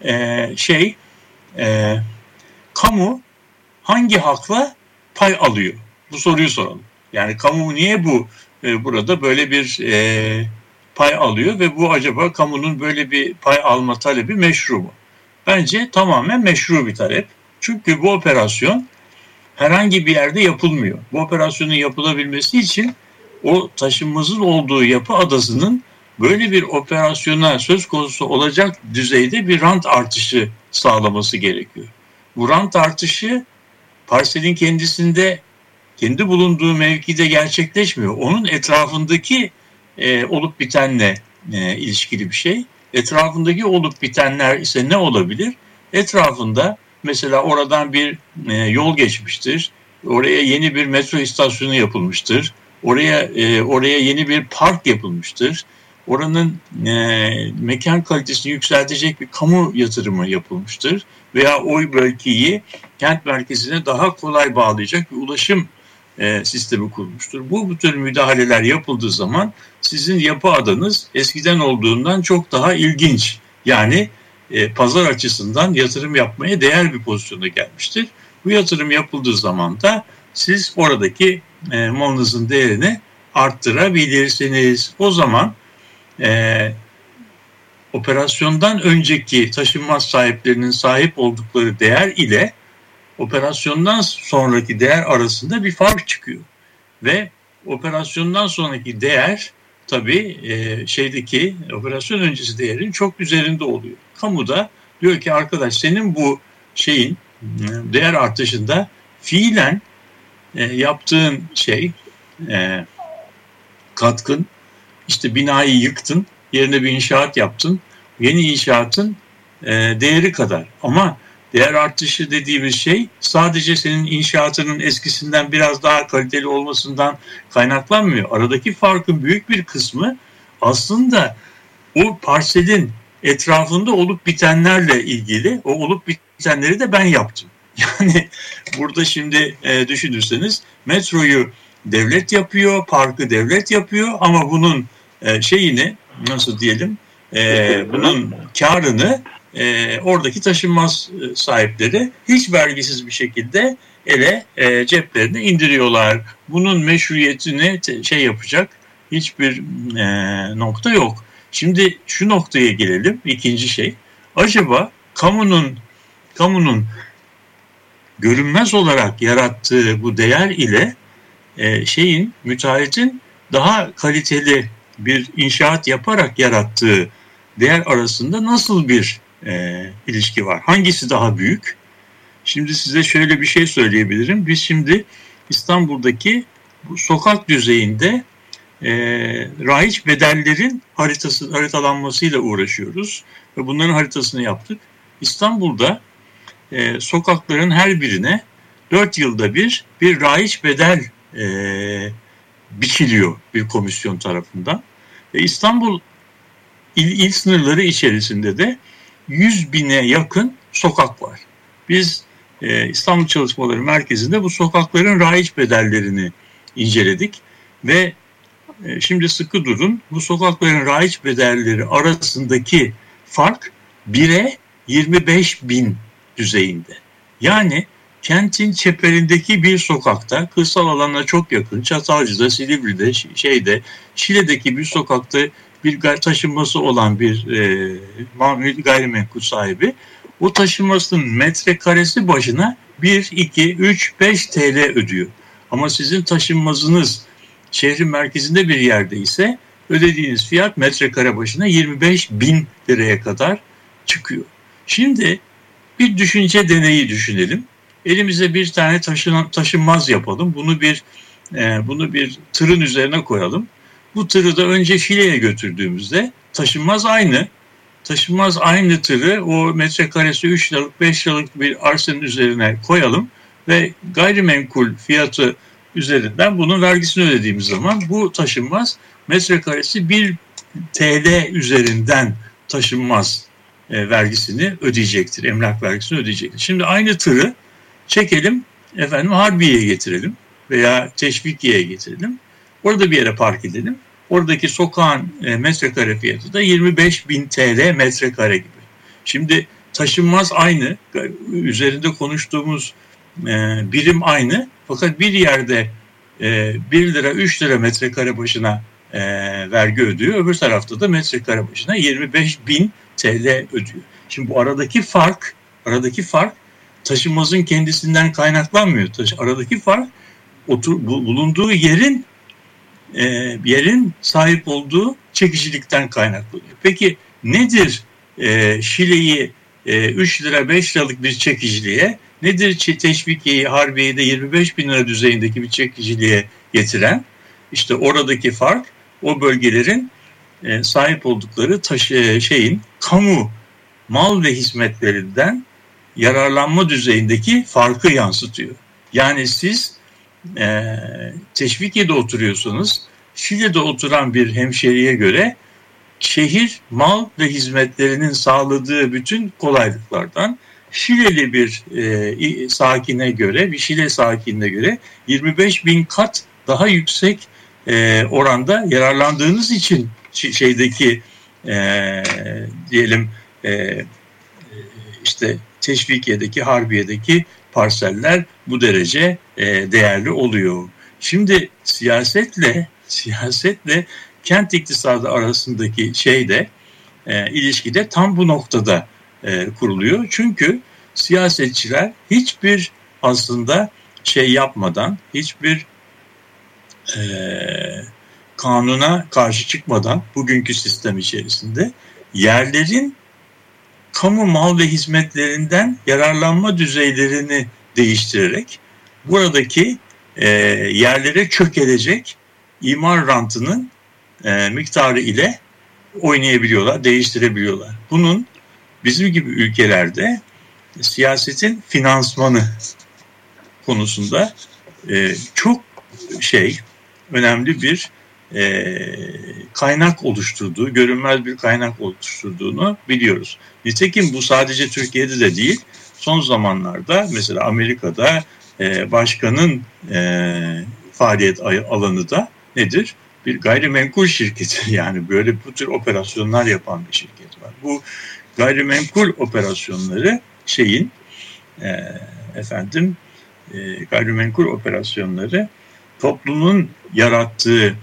kamu hangi hakla pay alıyor? Bu soruyu soralım. Yani kamu niye burada böyle bir pay alıyor ve bu acaba kamunun böyle bir pay alma talebi meşru mu? Bence tamamen meşru bir talep. Çünkü bu operasyon herhangi bir yerde yapılmıyor. Bu operasyonun yapılabilmesi için o taşınmazın olduğu Yapı Adası'nın böyle bir operasyona söz konusu olacak düzeyde bir rant artışı sağlaması gerekiyor. Bu rant artışı parselin kendisinde, kendi bulunduğu mevkide gerçekleşmiyor. Onun etrafındaki olup bitenle ilişkili bir şey. Etrafındaki olup bitenler ise ne olabilir? Etrafında mesela oradan bir yol geçmiştir. Oraya yeni bir metro istasyonu yapılmıştır. Oraya yeni bir park yapılmıştır. Oranın mekan kalitesini yükseltecek bir kamu yatırımı yapılmıştır. Veya o bölgeyi kent merkezine daha kolay bağlayacak bir ulaşım sistemi kurmuştur. Bu tür müdahaleler yapıldığı zaman sizin yapı adanız eskiden olduğundan çok daha ilginç. Yani pazar açısından yatırım yapmaya değer bir pozisyona gelmiştir. Bu yatırım yapıldığı zaman da siz oradaki malınızın değerini arttırabilirsiniz. O zaman operasyondan önceki taşınmaz sahiplerinin sahip oldukları değer ile operasyondan sonraki değer arasında bir fark çıkıyor. Ve operasyondan sonraki değer tabii operasyon öncesi değerin çok üzerinde oluyor. Kamu da diyor ki arkadaş senin bu değer artışında fiilen yaptığın katkın, işte binayı yıktın, yerine bir inşaat yaptın, yeni inşaatın değeri kadar. Ama değer artışı dediğimiz şey sadece senin inşaatının eskisinden biraz daha kaliteli olmasından kaynaklanmıyor. Aradaki farkın büyük bir kısmı aslında o parselin etrafında olup bitenlerle ilgili. O olup bitenleri de ben yaptım. Yani burada şimdi düşünürseniz metroyu devlet yapıyor, parkı devlet yapıyor ama bunun bunun karını oradaki taşınmaz sahipleri hiç vergisiz bir şekilde ceplerine indiriyorlar. Bunun meşruiyetini yapacak hiçbir nokta yok. Şimdi şu noktaya gelelim. İkinci şey. Acaba kamunun görünmez olarak yarattığı bu değer ile müteahhitin daha kaliteli bir inşaat yaparak yarattığı değer arasında nasıl bir ilişki var? Hangisi daha büyük? Şimdi size şöyle bir şey söyleyebilirim. Biz şimdi İstanbul'daki bu sokak düzeyinde raiç bedellerin haritalanmasıyla uğraşıyoruz. Ve bunların haritasını yaptık. İstanbul'da sokakların her birine 4 yılda bir raiç bedel biçiliyor bir komisyon tarafından. İstanbul il sınırları içerisinde de 100.000'e yakın sokak var. Biz İstanbul Çalışmaları Merkezi'nde bu sokakların raiç bedellerini inceledik ve şimdi sıkı durun, bu sokakların raiç bedelleri arasındaki fark 1'e 25.000 düzeyinde. Yani kentin çeperindeki bir sokakta, kırsal alana çok yakın, Çatalca'da, Silivri'de, Şile'deki bir sokakta bir taşınması olan bir gayrimenkul sahibi, o taşınmasının metrekaresi başına 1, 2, 3, 5 TL ödüyor. Ama sizin taşınmazınız şehrin merkezinde bir yerde ise ödediğiniz fiyat metrekare başına 25.000 liraya kadar çıkıyor. Şimdi bir düşünce deneyi düşünelim. Elimize bir tane taşınmaz yapalım. Bunu bir tırın üzerine koyalım. Bu tırı da önce Şile'ye götürdüğümüzde taşınmaz aynı tırı o metrekaresi 3 liralık 5 liralık bir arsanın üzerine koyalım ve gayrimenkul fiyatı üzerinden bunun vergisini ödediğimiz zaman bu taşınmaz metrekaresi 1 TL üzerinden taşınmaz vergisini ödeyecektir. Emlak vergisini ödeyecektir. Şimdi aynı tırı çekelim, Harbiye'ye getirelim veya Teşvikiye'ye getirelim. Orada bir yere park edelim. Oradaki sokağın metrekare fiyatı da 25.000 TL metrekare gibi. Şimdi taşınmaz aynı, üzerinde konuştuğumuz birim aynı. Fakat bir yerde 1 lira 3 lira metrekare başına vergi ödüyor. Öbür tarafta da metrekare başına 25.000 TL ödüyor. Şimdi bu aradaki fark taşınmazın kendisinden kaynaklanmıyor. Aradaki fark bulunduğu yerin sahip olduğu çekicilikten kaynaklanıyor. Peki nedir Şile'yi 3 lira 5 liralık bir çekiciliğe, nedir Teşvikiye'yi Harbiye'de 25.000 lira düzeyindeki bir çekiciliğe getiren? İşte oradaki fark o bölgelerin sahip oldukları kamu mal ve hizmetlerinden yararlanma düzeyindeki farkı yansıtıyor. Yani siz Teşvikiye'de oturuyorsanız Şile'de oturan bir hemşeriye göre şehir mal ve hizmetlerinin sağladığı bütün kolaylıklardan Şileli bir sakine göre, bir Şile sakinine göre 25.000 kat daha yüksek oranda yararlandığınız için diyelim işte Teşvikiye'deki, Harbiye'deki parseller bu derece değerli oluyor. Şimdi siyasetle kent iktisadı arasındaki ilişki de tam bu noktada kuruluyor. Çünkü siyasetçiler hiçbir aslında yapmadan, hiçbir kanuna karşı çıkmadan bugünkü sistem içerisinde yerlerin kamu mal ve hizmetlerinden yararlanma düzeylerini değiştirerek buradaki yerlere çökelecek imar rantının miktarı ile oynayabiliyorlar, değiştirebiliyorlar. Bunun bizim gibi ülkelerde siyasetin finansmanı konusunda çok önemli bir kaynak oluşturduğu, görünmez bir kaynak oluşturduğunu biliyoruz. Nitekim bu sadece Türkiye'de de değil, son zamanlarda mesela Amerika'da başkanın faaliyet alanı da nedir? Bir gayrimenkul şirketi, yani bu tür operasyonlar yapan bir şirket var. Bu gayrimenkul operasyonları gayrimenkul operasyonları toplumun yarattığı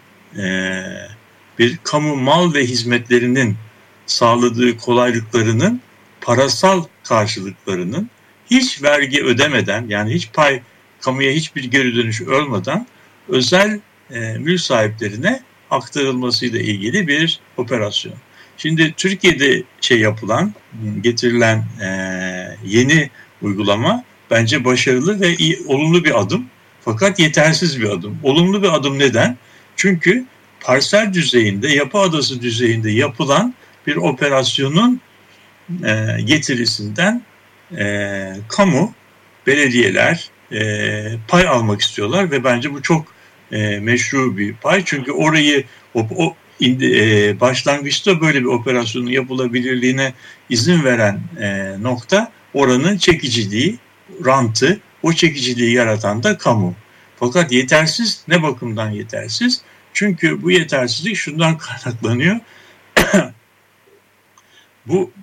bir kamu mal ve hizmetlerinin sağladığı kolaylıklarının parasal karşılıklarının hiç vergi ödemeden, yani hiç kamuya hiçbir geri dönüş olmadan özel mülk sahiplerine aktarılmasıyla ilgili bir operasyon. Şimdi Türkiye'de getirilen yeni uygulama bence başarılı ve olumlu bir adım. Fakat yetersiz bir adım. Olumlu bir adım neden? Çünkü parsel düzeyinde, yapı adası düzeyinde yapılan bir operasyonun getirisinden kamu, belediyeler pay almak istiyorlar ve bence bu çok meşru bir pay. Çünkü orayı başlangıçta böyle bir operasyonun yapılabilirliğine izin veren nokta oranın çekiciliği, rantı, o çekiciliği yaratan da kamu. Fakat yetersiz, ne bakımdan yetersiz? Çünkü bu yetersizlik şundan kaynaklanıyor. Bu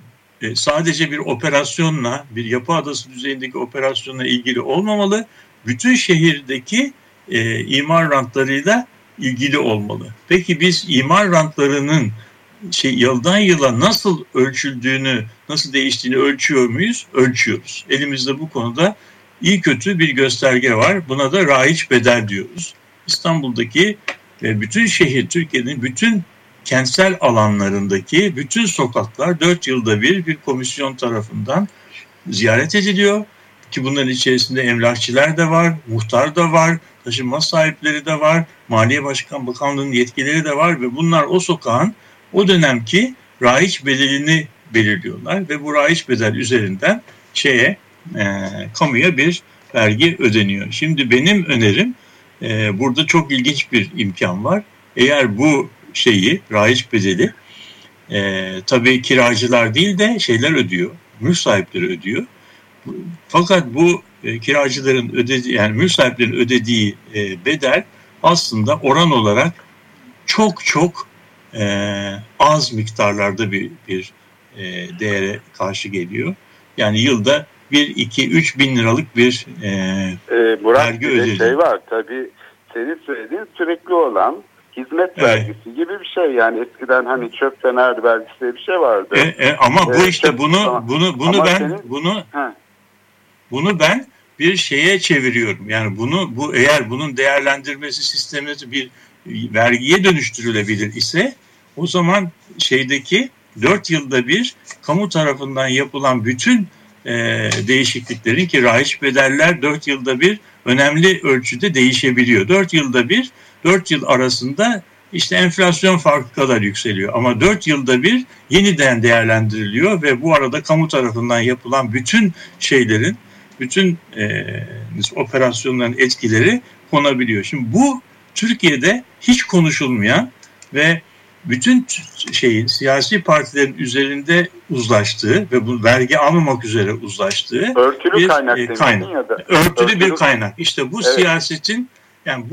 sadece bir operasyonla, bir yapı adası düzeyindeki operasyonla ilgili olmamalı. Bütün şehirdeki imar rantlarıyla ilgili olmalı. Peki biz imar rantlarının yıldan yıla nasıl ölçüldüğünü, nasıl değiştiğini ölçüyor muyuz? Ölçüyoruz. Elimizde bu konuda iyi kötü bir gösterge var. Buna da raiç bedel diyoruz. İstanbul'daki bütün şehir, Türkiye'nin bütün kentsel alanlarındaki bütün sokaklar 4 yılda bir komisyon tarafından ziyaret ediliyor. Ki bunların içerisinde emlakçılar da var, muhtar da var, taşınma sahipleri de var, Maliye Bakanlığı'nın yetkileri de var ve bunlar o sokağın o dönemki raiç bedelini belirliyorlar ve bu raiç bedel üzerinden kamuya bir vergi ödeniyor. Şimdi benim önerim, burada çok ilginç bir imkan var. Eğer bu raiç bedeli tabii kiracılar değil de şeyler ödüyor, mülk sahipleri ödüyor. Fakat bu kiracıların ödediği, yani mülk sahiplerinin ödediği bedel aslında oran olarak çok çok az miktarlarda bir değere karşı geliyor. Yani yılda 1, 2, 3 bin liralık bir vergi ödedi. Şey var tabii, senin söylediğin sürekli olan hizmet vergisi gibi bir şey. Yani eskiden hani çöp fener vergisi diye bir şey vardı. Ama bu işte bunu ben bir şeye çeviriyorum. Yani eğer bunun değerlendirmesi sistemi bir vergiye dönüştürülebilir ise o zaman 4 yılda bir kamu tarafından yapılan bütün değişikliklerin, ki raiç bedeller 4 yılda bir önemli ölçüde değişebiliyor. 4 yılda bir, 4 yıl arasında enflasyon farkı kadar yükseliyor. Ama 4 yılda bir yeniden değerlendiriliyor ve bu arada kamu tarafından yapılan bütün bütün operasyonların etkileri konabiliyor. Şimdi bu Türkiye'de hiç konuşulmayan ve bütün siyasi partilerin üzerinde uzlaştığı ve bu vergi almamak üzere uzlaştığı örtülü bir kaynak. Ya da örtülü bir kaynak. İşte bu siyasetin, yani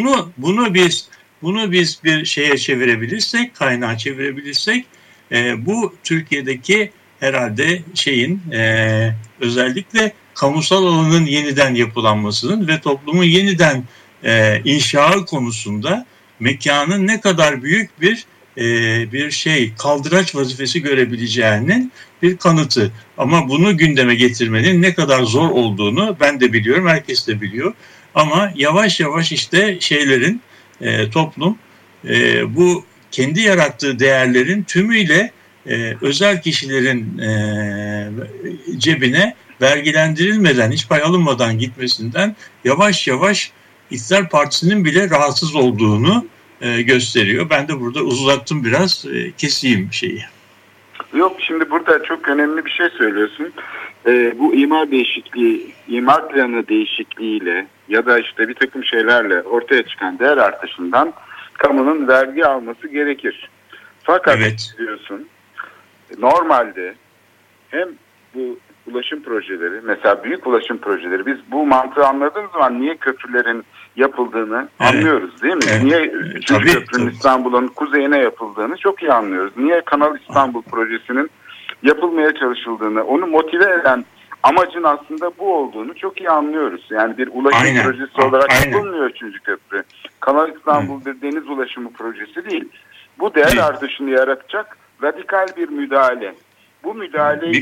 bunu biz bir şeye çevirebilirsek, kaynağa çevirebilirsek, bu Türkiye'deki herhalde özellikle kamusal alanın yeniden yapılanmasının ve toplumun yeniden inşaı konusunda mekanın ne kadar büyük bir kaldıraç vazifesi görebileceğinin bir kanıtı. Ama bunu gündeme getirmenin ne kadar zor olduğunu ben de biliyorum, herkes de biliyor. Ama yavaş yavaş toplum bu kendi yarattığı değerlerin tümüyle özel kişilerin cebine vergilendirilmeden, hiç pay alınmadan gitmesinden yavaş yavaş İktidar Partisi'nin bile rahatsız olduğunu gösteriyor. Ben de burada uzattım biraz, keseyim şeyi. Yok, şimdi burada çok önemli bir şey söylüyorsun. Bu imar planı değişikliğiyle ya da bir takım şeylerle ortaya çıkan değer artışından kamunun vergi alması gerekir. Fakat diyorsun, normalde hem bu ulaşım projeleri, mesela büyük ulaşım projeleri, biz bu mantığı anladığımız zaman niye köprülerin yapıldığını anlıyoruz değil mi? Evet. Niye 3. köprünün İstanbul'un kuzeyine yapıldığını çok iyi anlıyoruz. Niye Kanal İstanbul projesinin yapılmaya çalışıldığını, onu motive eden amacın aslında bu olduğunu çok iyi anlıyoruz. Yani bir ulaşım projesi olarak yapılmıyor 3. köprü. Kanal İstanbul bir deniz ulaşımı projesi değil. Bu değer artışını yaratacak radikal bir müdahale. Bu müdahaleyi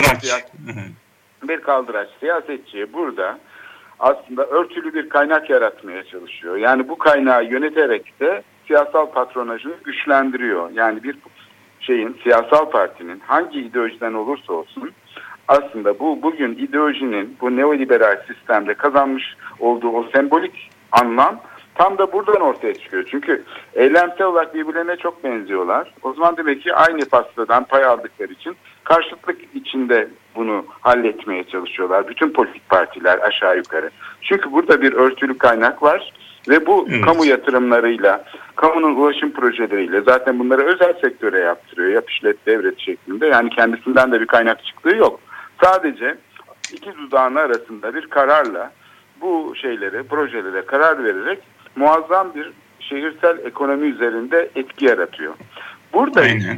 bir kaldıraç siyasetçi burada aslında örtülü bir kaynak yaratmaya çalışıyor. Yani bu kaynağı yöneterek de siyasal patronajını güçlendiriyor. Yani bir siyasal partinin hangi ideolojiden olursa olsun aslında bugün ideolojinin bu neoliberal sistemde kazanmış olduğu o sembolik anlam tam da buradan ortaya çıkıyor. Çünkü eylemsel olarak birbirlerine çok benziyorlar. O zaman demek ki aynı pastadan pay aldıkları için karşıtlık içinde bunu halletmeye çalışıyorlar. Bütün politik partiler aşağı yukarı. Çünkü burada bir örtülü kaynak var ve bu kamu yatırımlarıyla, kamunun ulaşım projeleriyle zaten bunları özel sektöre yaptırıyor. Yap işlet devret şeklinde. Yani kendisinden de bir kaynak çıktığı yok. Sadece iki dudağın arasında bir kararla bu projelere karar vererek muazzam bir şehirsel ekonomi üzerinde etki yaratıyor.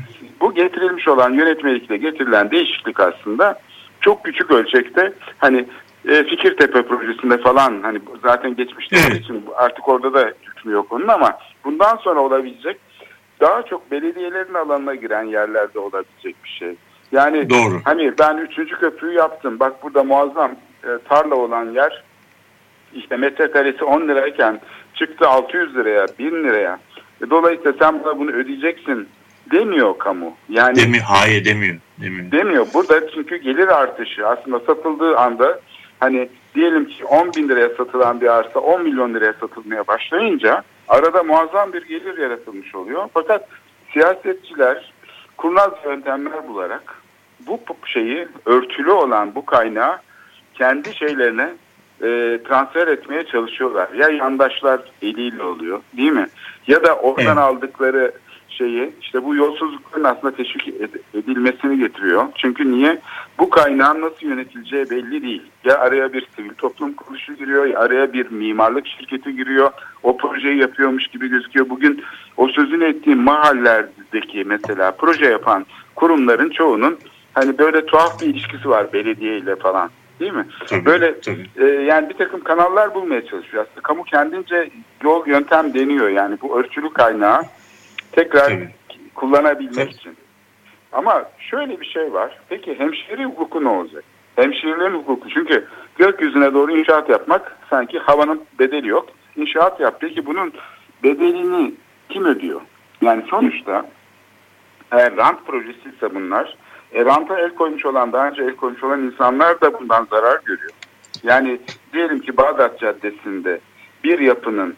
bu getirilmiş olan yönetmelikle getirilen değişiklik aslında çok küçük ölçekte hani Fikirtepe projesinde falan hani zaten geçmişte olduğu için artık orada da hükmü yok onun ama bundan sonra olabilecek daha çok belediyelerin alanına giren yerlerde olabilecek bir şey. Yani doğru. Hani ben 3. köprüyü yaptım. Bak burada muazzam tarla olan yer işte metrekaresi 10 lirayken çıktı 600 liraya, 1000 liraya. Dolayısıyla sen bunu ödeyeceksin demiyor kamu. Yani hayır demiyor. Demiyor. Burada çünkü gelir artışı aslında satıldığı anda hani diyelim ki 10 bin liraya satılan bir arsa 10 milyon liraya satılmaya başlayınca arada muazzam bir gelir yaratılmış oluyor. Fakat siyasetçiler kurnaz yöntemler bularak bu şeyi örtülü olan bu kaynağı kendi şeylerine transfer etmeye çalışıyorlar. Ya yandaşlar eliyle oluyor değil mi? Ya da oradan aldıkları şeyi işte bu yolsuzlukların aslında teşvik edilmesini getiriyor. Çünkü niye? Bu kaynağın nasıl yönetileceği belli değil. Ya araya bir sivil toplum kuruluşu giriyor ya araya bir mimarlık şirketi giriyor. O projeyi yapıyormuş gibi gözüküyor. Bugün o sözünü ettiğim mahallelerdeki mesela proje yapan kurumların çoğunun hani böyle tuhaf bir ilişkisi var belediyeyle falan. Değil mi? Tabii, böyle tabii. Yani bir takım kanallar bulmaya çalışıyor. Aslında kamu kendince yol yöntem deniyor. Yani bu ölçülü kaynağı tekrar kullanabilmek için. Ama şöyle bir şey var. Peki hemşire hukuku ne olacak? Hemşirelerin hukuku. Çünkü gökyüzüne doğru inşaat yapmak sanki havanın bedeli yok. İnşaat yap. Peki bunun bedelini kim ödüyor? Yani sonuçta eğer rant projesi ise bunlar ranta el koymuş olan, daha önce el koymuş olan insanlar da bundan zarar görüyor. Yani diyelim ki Bağdat Caddesi'nde bir yapının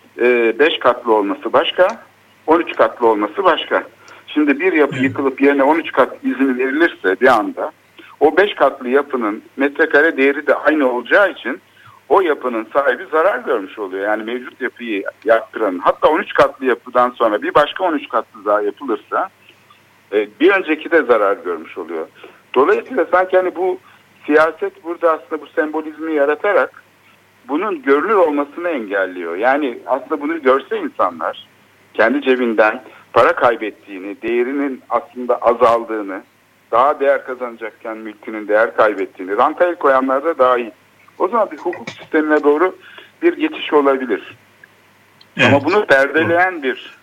5 katlı olması başka, 13 katlı olması başka. Şimdi bir yapı yıkılıp yerine 13 kat izni verilirse bir anda o 5 katlı yapının metrekare değeri de aynı olacağı için o yapının sahibi zarar görmüş oluyor. Yani mevcut yapıyı yaptıran, hatta 13 katlı yapıdan sonra bir başka 13 katlı daha yapılırsa bir önceki de zarar görmüş oluyor. Dolayısıyla sanki hani bu siyaset burada aslında bu sembolizmi yaratarak bunun görülür olmasını engelliyor. Yani aslında bunu görse insanlar kendi cebinden para kaybettiğini, değerinin aslında azaldığını, daha değer kazanacakken mülkünün değer kaybettiğini, ranta el koyanlar da dahil. O zaman bir hukuk sistemine doğru bir geçiş olabilir. Evet. Ama bunu perdeleyen bir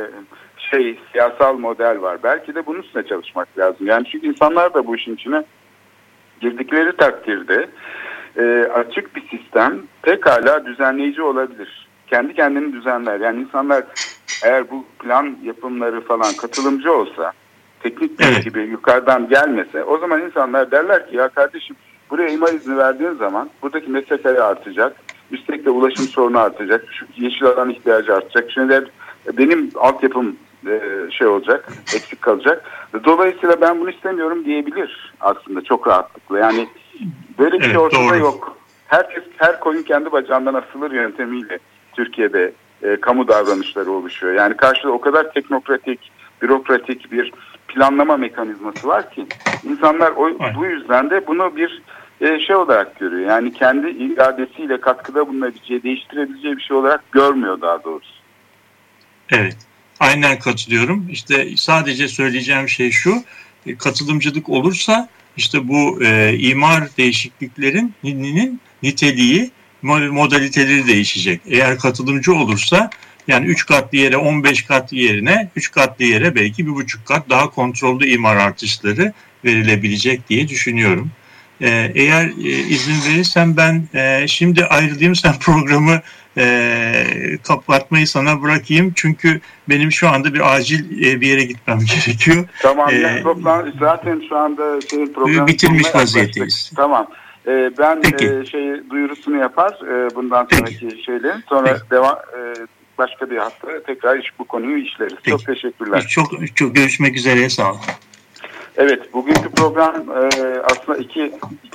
siyasal model var. Belki de bunun üstüne çalışmak lazım. Yani çünkü insanlar da bu işin içine girdikleri takdirde açık bir sistem pekala düzenleyici olabilir. Kendi kendini düzenler. Yani insanlar eğer bu plan yapımları falan katılımcı olsa, teknik gibi yukarıdan gelmese, o zaman insanlar derler ki ya kardeşim buraya imar izni verdiğin zaman buradaki metrekare artacak, üstelik de ulaşım sorunu artacak, şu yeşil alan ihtiyacı artacak. Şimdi benim altyapım olacak, eksik kalacak. Dolayısıyla ben bunu istemiyorum diyebilir aslında çok rahatlıkla. Yani böyle bir şey ortada yok. Her koyun kendi bacağından asılır yöntemiyle Türkiye'de kamu davranışları oluşuyor. Yani karşıda o kadar teknokratik, bürokratik bir planlama mekanizması var ki insanlar bu yüzden de bunu bir olarak görüyor. Yani kendi iradesiyle katkıda bulunabileceği, değiştirebileceği bir şey olarak görmüyor daha doğrusu. Evet. Aynen katılıyorum. İşte sadece söyleyeceğim şey şu, katılımcılık olursa işte bu imar değişikliklerinin niteliği, modaliteleri değişecek. Eğer katılımcı olursa yani 3 katlı yere 15 katlı yerine 3 katlı yere belki 1,5 kat daha kontrollü imar artışları verilebilecek diye düşünüyorum. Eğer izin verirsen ben şimdi ayrılayım, sen programı kapatmayı sana bırakayım. Çünkü benim şu anda bir acil bir yere gitmem gerekiyor. Tamam. Zaten şu anda programı bitirmiş vaziyetteyiz. Tamam. Ben duyurusunu yapar bundan sonraki şeylerin. Sonra başka bir hafta tekrar bu konuyu işleriz. Peki. Çok teşekkürler. Çok görüşmek üzere. Sağ olun. Evet, bugünkü program aslında iki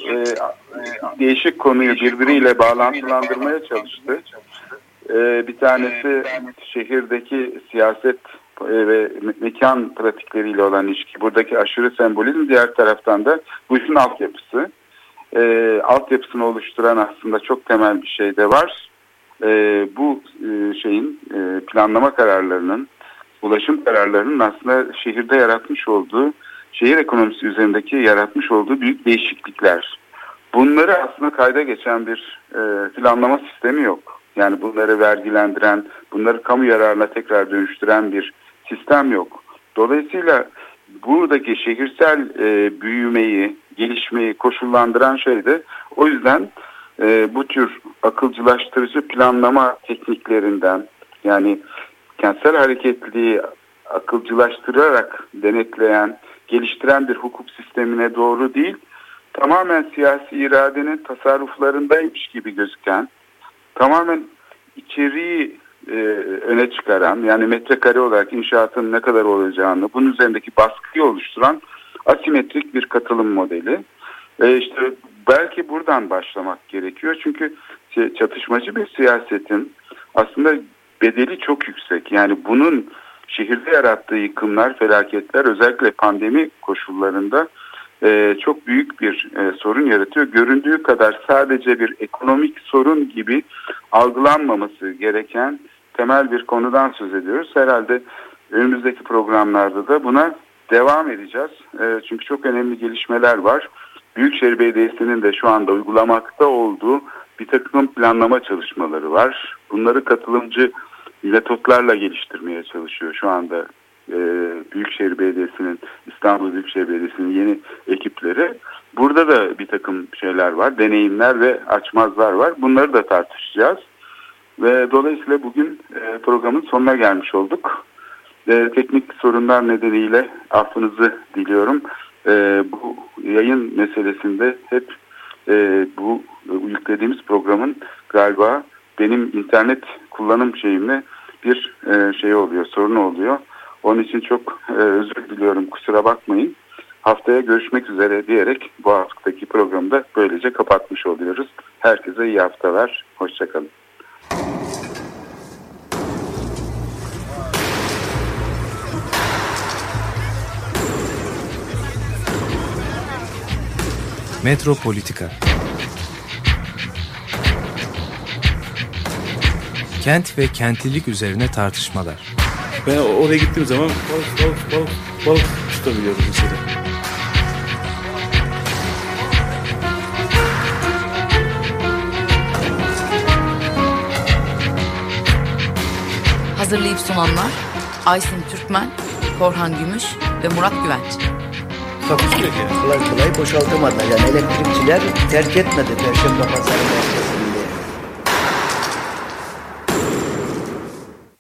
değişik konuyu birbiriyle bağlantılandırmaya çalıştı. Bir tanesi şehirdeki siyaset ve mekan pratikleriyle olan ilişki, buradaki aşırı sembolizm, diğer taraftan da bu işin altyapısı. Altyapısını oluşturan aslında çok temel bir şey de var. Bu şeyin planlama kararlarının ulaşım kararlarının aslında şehirde yaratmış olduğu, şehir ekonomisi üzerindeki yaratmış olduğu büyük değişiklikler. Bunları aslında kayda geçen bir planlama sistemi yok. Yani bunları vergilendiren, bunları kamu yararına tekrar dönüştüren bir sistem yok. Dolayısıyla buradaki şehirsel büyümeyi, gelişmeyi koşullandıran şey de o yüzden bu tür akılcılaştırıcı planlama tekniklerinden, yani kentsel hareketliliği akılcılaştırarak denetleyen, geliştiren bir hukuk sistemine doğru değil, tamamen siyasi iradenin tasarruflarındaymış gibi gözüken, tamamen içeriği öne çıkaran, yani metrekare olarak inşaatın ne kadar olacağını, bunun üzerindeki baskıyı oluşturan asimetrik bir katılım modeli. İşte belki buradan başlamak gerekiyor. Çünkü çatışmacı bir siyasetin aslında bedeli çok yüksek. Yani bunun şehirde yarattığı yıkımlar, felaketler, özellikle pandemi koşullarında çok büyük bir sorun yaratıyor. Göründüğü kadar sadece bir ekonomik sorun gibi algılanmaması gereken temel bir konudan söz ediyoruz. Herhalde önümüzdeki programlarda da buna devam edeceğiz. Çünkü çok önemli gelişmeler var. Büyükşehir Belediyesi'nin de şu anda uygulamakta olduğu bir takım planlama çalışmaları var. Bunları katılımcı metotlarla geliştirmeye çalışıyor şu anda Büyükşehir Belediyesi'nin, İstanbul Büyükşehir Belediyesi'nin yeni ekipleri. Burada da bir takım şeyler var, deneyimler ve açmazlar var. Bunları da tartışacağız. Ve dolayısıyla bugün programın sonuna gelmiş olduk. Teknik sorunlar nedeniyle affınızı diliyorum. Bu yayın meselesinde hep bu yüklediğimiz programın galiba benim internet kullanım şeyimle bir şey oluyor, sorun oluyor. Onun için çok özür diliyorum, kusura bakmayın. Haftaya görüşmek üzere diyerek bu haftaki programı da böylece kapatmış oluyoruz. Herkese iyi haftalar, hoşçakalın. Metropolitika. Kent ve kentlilik üzerine tartışmalar. Ben oraya gittiğim zaman balık tutabiliyorum mesela. Hazırlayıp sunanlar Aysin Türkmen, Korhan Gümüş ve Murat Güvenç. Takusuyor ki. Kolay kolay boşaltamadılar. Yani elektrikçiler terk etmedi Perşembe Pazarı merkezi.